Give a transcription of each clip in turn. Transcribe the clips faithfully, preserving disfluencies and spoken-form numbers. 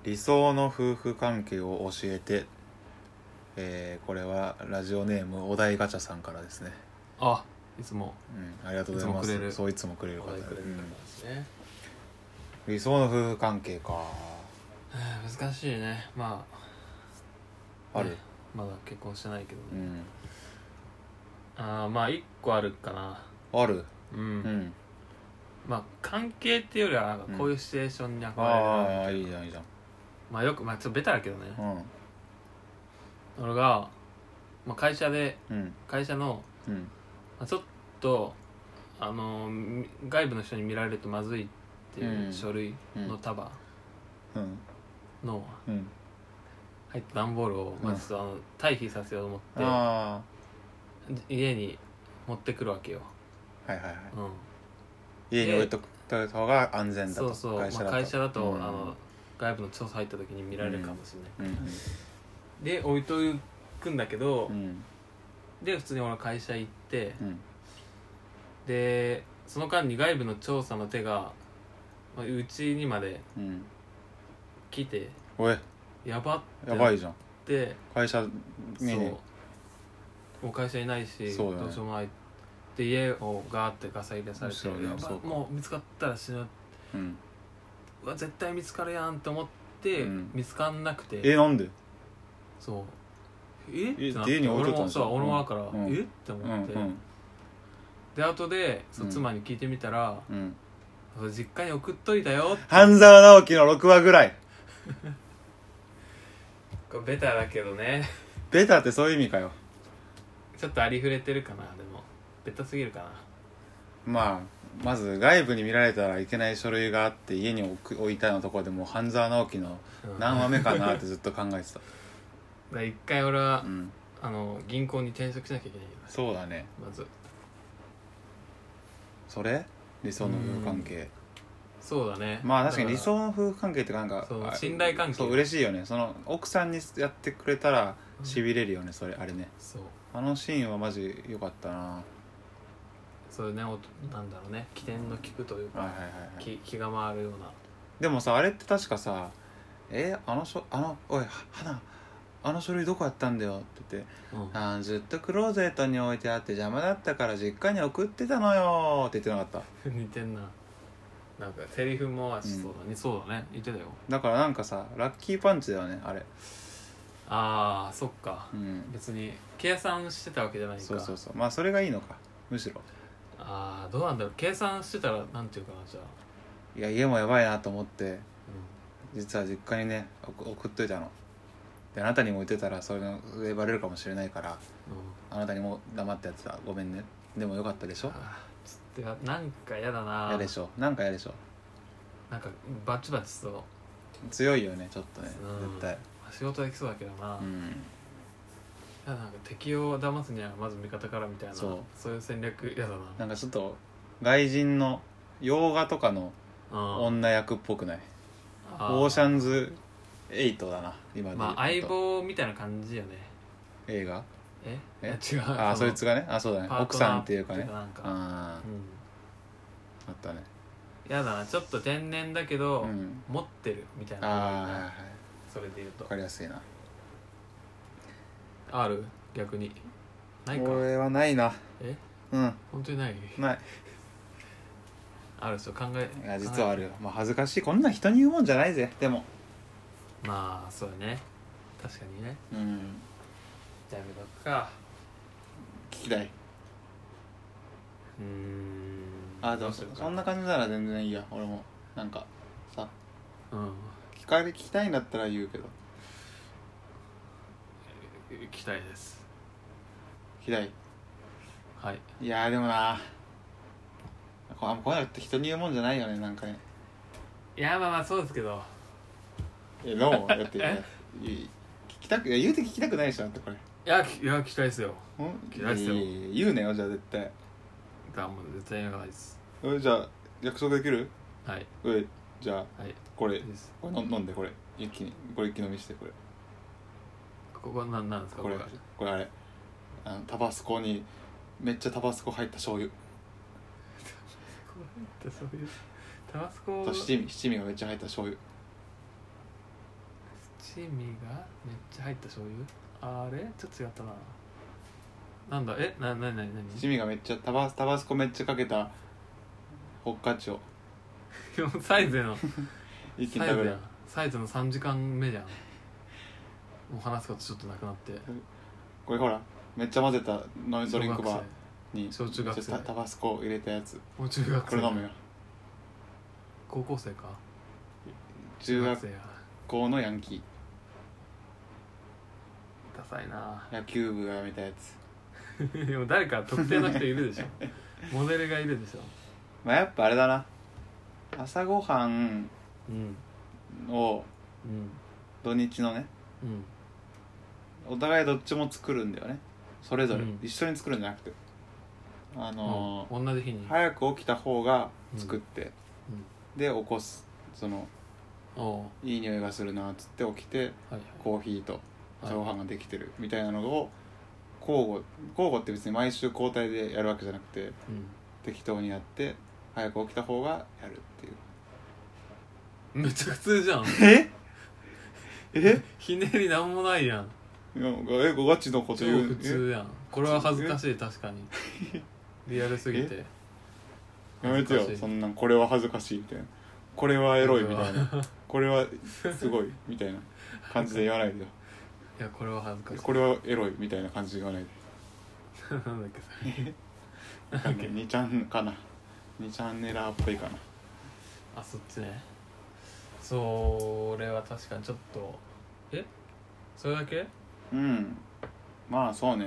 理想の夫婦関係を教えて、えー、これはラジオネームお題ガチャさんからですね。 あ、いつも、 うん、ありがとうございます。 いつもくれる、 そういつもくれる方で、 くれる方ですね、 うん、理想の夫婦関係か、 難しいね。まあある、 ね、まだ結婚してないけどね、 うん、 あ、まあ一個あるかな。 ある、 うん、うん、まあ関係っていうよりはなんかこういうシチュエーションに憧れるな、うん、 ああいいじゃんいいじゃん。 まあよく、まあちょっとベタだけどね、 うん、 俺が、まあ、会社で、 うん、 会社の、 うん、 まあ、ちょっとあの外部の人に見られるとまずいっていう書類の束の入った段ボールをまず、うん、あの退避させようと思って、あ家に持ってくるわけよ。 はいはいはい、 うん、 家に置いとく方が安全だと。 そうそう、会社だと、まあ、会社だと、うん、あの外部の調査入った時に見られるかもしれない、うんうん、で置いとくんだけど、うん、で普通に俺会社行って、うん、でその間に外部の調査の手がうちにまで来て、 うん、 やばってやばいじゃん。 で会社にそうもう会社いないし、ね、どうしようもないで家をガーってガサ入れされて、ね、やばもう見つかったら死ぬ、うん、うわ絶対見つかるやんって思って、うん、見つかんなくて、 えなんでそうえってなって、家に置いとったんですよ。俺もだから、 うん、 えって思って、うんうん、で後でそう妻に聞いてみたら、うん、そ実家に送っといたよって。 半沢直樹のろくわぐらいこれベタだけどね。 ベタってそういう意味かよ。 ちょっとありふれてるかな。でもベタすぎるかな。 まあまず外部に見られたらいけない書類があって家に置く置いたようなところでもう半沢直樹の何話目かなってずっと考えてた。 だ一回俺は、うん、あの銀行に転職しなきゃいけないけど、 そうだね。 まずそれ理想の夫婦関係、 そうだね。 まあ確かに理想の夫婦関係ってなんかそう信頼関係、 そう嬉しいよね。その奥さんにやってくれたらしびれるよね、うん、それあれね。 そうあのシーンはマジ良かったな。 そういうね、なんだろうね、起点の利くというか、はいはいはいはい、気, 気が回るような。 でもさあれって確かさえあのしょあのおい花あの書類どこやったんだよって言って、うん、あずっとクローゼットに置いてあって邪魔だったから実家に送ってたのよって言ってなかった似てんな。なんかセリフもそうだね、うん、そうだね言ってたよ。 だからなんかさラッキーパンチだよねあれ。 あーそっか、 うん、 別に計算してたわけじゃないか。 そうそうそう、まあそれがいいのかむしろ。 あーどうなんだろう、計算してたらなんていうかな。じゃあいや家もやばいなと思って、うん、実は実家にね送っといたので、あなたにも言ってたらそれがバレるかもしれないから、うん、あなたにも黙ってやってたごめんね。でもよかったでしょ。 あちょっとなんかやだな。 やでしょ、なんかやでしょ。 なんかバチバチそう強いよねちょっとね、うん、絶対仕事できそうだけどな、うん、いやなんか敵を騙すにはまず味方からみたいな、そうそういう戦略やだな。 なんかちょっと外人の洋画とかの女役っぽくない？オーシャンズエイトだな今で言うと。 まあ相棒みたいな感じよね。 映画ええ違う、 あそいつがね、あそうだね、奥さんっていうかね、 なんかあ、うん、 あったね。 やだな、ちょっと天然だけど、うん、持ってるみたいな。 ああはいはい、 それで言うと分かりやすいな。 ある？逆にないか。 俺はないな。 えうん本当にない？ ない。 あるそう考えいや実はあるよ。まあ恥ずかしい、こんな人に言うもんじゃないぜ。でもまあそうだね、確かにね。 うんじゃあやめとくか。 聞きたい。 うーんあでもそんな感じなら全然いいや。俺もなんかさ、 うん、 聞かれ聞きたいんだったら言うけど。 聞きたいです。 聞きたい。 はい。 いやでもなこういうのって人に言うもんじゃないよね、なんかね。 いやまあまあそうですけど。 えどうだって聞きたくいや言うて聞きたくないでしょってこれ。 いやいや聞きたいですよ。聞きたいですよ。 言うねよじゃあ絶対。 だもう絶対言わないです。 じゃあ約束できる？ はい。 うじゃあ、はい、これこれ飲んでこれ一気にこれ一気飲みしてこれ。 ここなんなんですかこれ？これあれあのタバスコにめっちゃタバスコ入った醤油。 タバスコタバスコと七味七味がめっちゃ入った醤油。 七味がめっちゃ入った醤油、あれちょっと違ったな。なんだえななななに七味がめっちゃタバタバスコめっちゃかけたホッカチョサイズの一気に食べる。 サイズのさんじかんめじゃん。もう話すことちょっとなくなって、 これほらめっちゃ混ぜたノイズドリンクバーに小中学生タバスコ入れたやつ、 もう中学生、 これ飲むよ。 高校生か中学校のヤンキー、 ダサいな。 野球部がやめたやつでも誰か特定の人いるでしょモデルがいるでしょ。 まあやっぱあれだな、朝ごはんを土日のね、うん、お互いどっちも作るんだよね、それぞれ、うん、一緒に作るんじゃなくて、あのーうん、同じ日に早く起きた方が作って、うんうん、で起こす、そのいい匂いがするなっつって起きて、はいはい、コーヒーと朝ごはんができてるみたいなのを交互交互って別に毎週交代でやるわけじゃなくて、うん、適当にやって早く起きた方がやるっていう。 めっちゃ普通じゃん。 ええひねりなんもないやん。 いやえごガチのこと言う。 超普通やん。これは恥ずかしい。確かにリアルすぎてやめてよ、そんなんこれは恥ずかしいみたいな、これはエロいみたいなこれはすごいみたいな感じで言わないでよ。 いやこれは恥ずかしい、 これはエロいみたいな感じで言わないでなんだっけそれなんかにちゃんかな、にチャンネラーっぽいかな。 あ、そっちね。それは確かにちょっと、えそれだけ？ うん、まあそうね。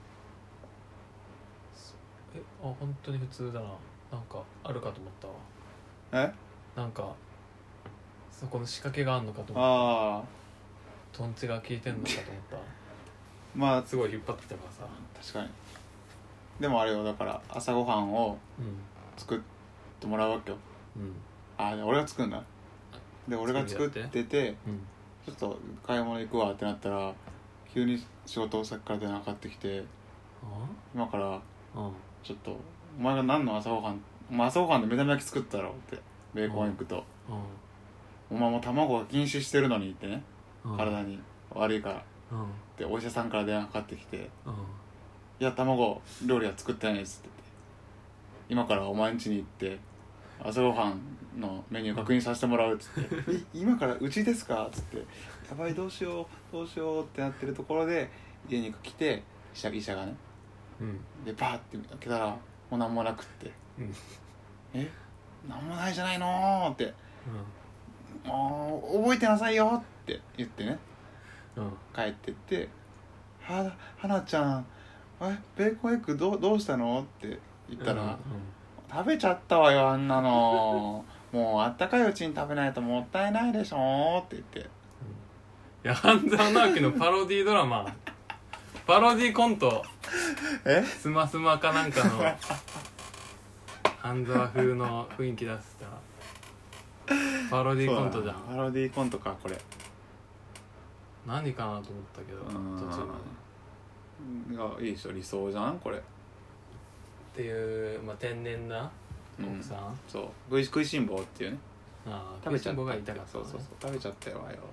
え、あ、本当に普通だな。なんかあるかと思ったわ。 え？ なんかそこの仕掛けがあるのかと思った。 ああ、 トンチが効いてんのかと思った。 まあすごい引っ張ってきたからさ。 確かに。でもあれよ、だから朝ごはんを作ってもらうわけよ、うん、あ、俺が作るんだ。で俺が作ってて、うん、ちょっと買い物行くわってなったら急に仕事先から電話かかってきて、今からちょっとお前が何の朝ごはん、お前朝ごはんで目玉焼き作ったろってベーコンエッグと、お前も卵が禁止してるのにってね、体に悪いからってお医者さんから電話かかってきて、いや卵料理は作ってないですって言って、今からお前ん家に行って朝ごはんのメニュー確認させてもらうっつって今からうちですかっつって、やばいどうしようどうしようってなってるところで家に来て医者、医者がね、うん、でバーって開けたらもう何もなくって、うん、え何もないじゃないのって、うん、もう覚えてなさいよって言ってね、うん、帰ってっては花ちゃんえベーコンエッグ ど, どうしたのって言ったら、うんうん、食べちゃったわよあんなのもうあったかいうちに食べないともったいないでしょって言って、うん、いや半沢直樹のパロディドラマパロディコントえスマスマかなんかの半沢風の雰囲気出したパロディコントじゃん。 パロディコントかこれ。 何かなと思ったけど途中まで。いやいいでしょ、理想じゃんこれっていう、まあ、天然な奥さん、うん、 そう V 食いしん坊っていうね、 あ食べちゃったがいたかった、ね、 そうそうそう食べちゃったよわよ。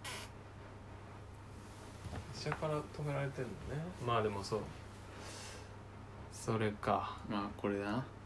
医者から止められてるのね。まあでもそうそれか、 まあこれだな